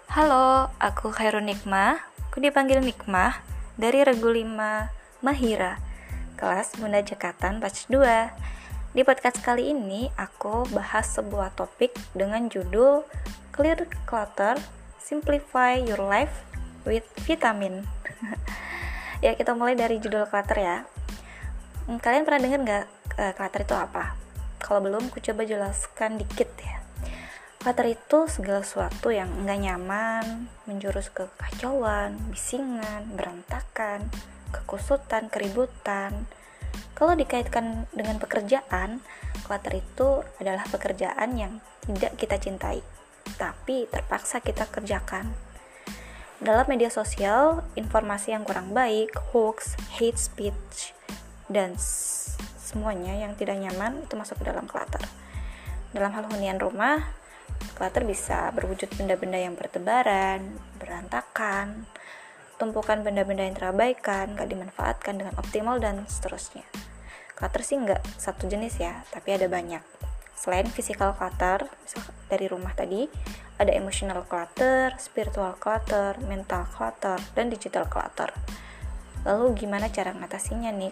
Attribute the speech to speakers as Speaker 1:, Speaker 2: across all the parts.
Speaker 1: Halo, aku Khairun Nikmah. Aku dipanggil Nikmah dari Regu 5 Mahira, kelas Bunda Jakatan batch 2. Di podcast kali ini aku bahas sebuah topik dengan judul Clear Clutter, Simplify Your Life with Vitamin. Ya, kita mulai dari judul clutter ya. Kalian pernah dengar nggak clutter itu apa? Kalau belum, aku coba jelaskan dikit ya. Clutter itu segala sesuatu yang enggak nyaman, menjurus ke kekacauan, bisingan, berantakan, kekusutan, keributan. Kalau dikaitkan dengan pekerjaan, clutter itu adalah pekerjaan yang tidak kita cintai, tapi terpaksa kita kerjakan. Dalam media sosial, informasi yang kurang baik, hoax, hate speech, dan semuanya yang tidak nyaman itu masuk ke dalam clutter. Dalam hal hunian rumah, clutter bisa berwujud benda-benda yang bertebaran, berantakan, tumpukan benda-benda yang terabaikan, gak dimanfaatkan dengan optimal, dan seterusnya. Clutter sih nggak satu jenis ya, tapi ada banyak. Selain physical clutter, misal dari rumah tadi, ada emotional clutter, spiritual clutter, mental clutter, dan digital clutter. Lalu gimana cara ngatasinya, Nick?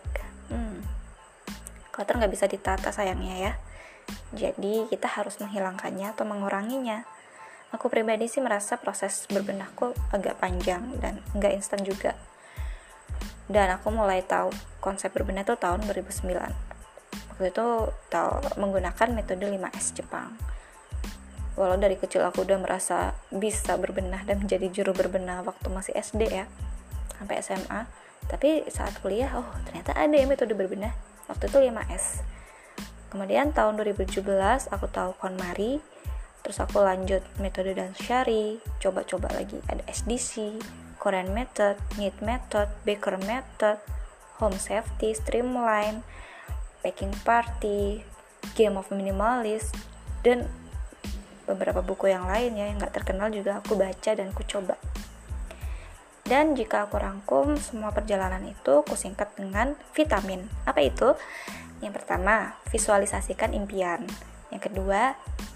Speaker 1: Clutter nggak bisa ditata sayangnya ya. Jadi kita harus menghilangkannya atau menguranginya. Aku pribadi sih merasa proses berbenahku agak panjang dan nggak instan juga. Dan aku mulai tahu konsep berbenah itu tahun 2009. Waktu itu menggunakan metode 5S Jepang. Walau dari kecil aku udah merasa bisa berbenah dan menjadi juru berbenah waktu masih SD ya, sampai SMA. Tapi saat kuliah, ternyata ada ya metode berbenah. Waktu itu 5S. Kemudian tahun 2017 aku tahu KonMari, terus aku lanjut metode Danshari, coba-coba lagi ada SDC, Korean Method, Need Method, Baker Method, Home Safety, Streamline, Packing Party, Game of Minimalist, dan beberapa buku yang lain ya yang gak terkenal juga aku baca dan aku coba. Dan jika aku rangkum semua perjalanan itu, aku singkat dengan vitamin. Apa itu? Yang pertama, visualisasikan impian. Yang kedua,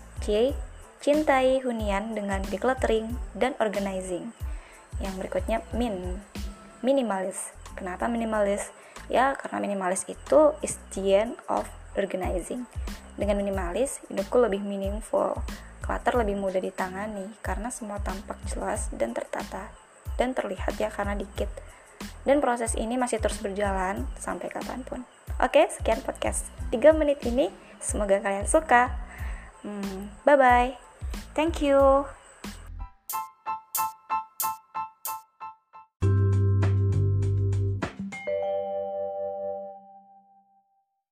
Speaker 1: cintai hunian dengan decluttering dan organizing. Yang berikutnya, minimalis. Kenapa minimalis? Ya, karena minimalis itu is the end of organizing. Dengan minimalis, hidupku lebih meaningful. Clutter lebih mudah ditangani karena semua tampak jelas dan tertata dan terlihat ya karena dikit. Dan proses ini masih terus berjalan sampai kapanpun. Oke, sekian podcast 3 menit ini. Semoga kalian suka. Bye-bye. Thank you.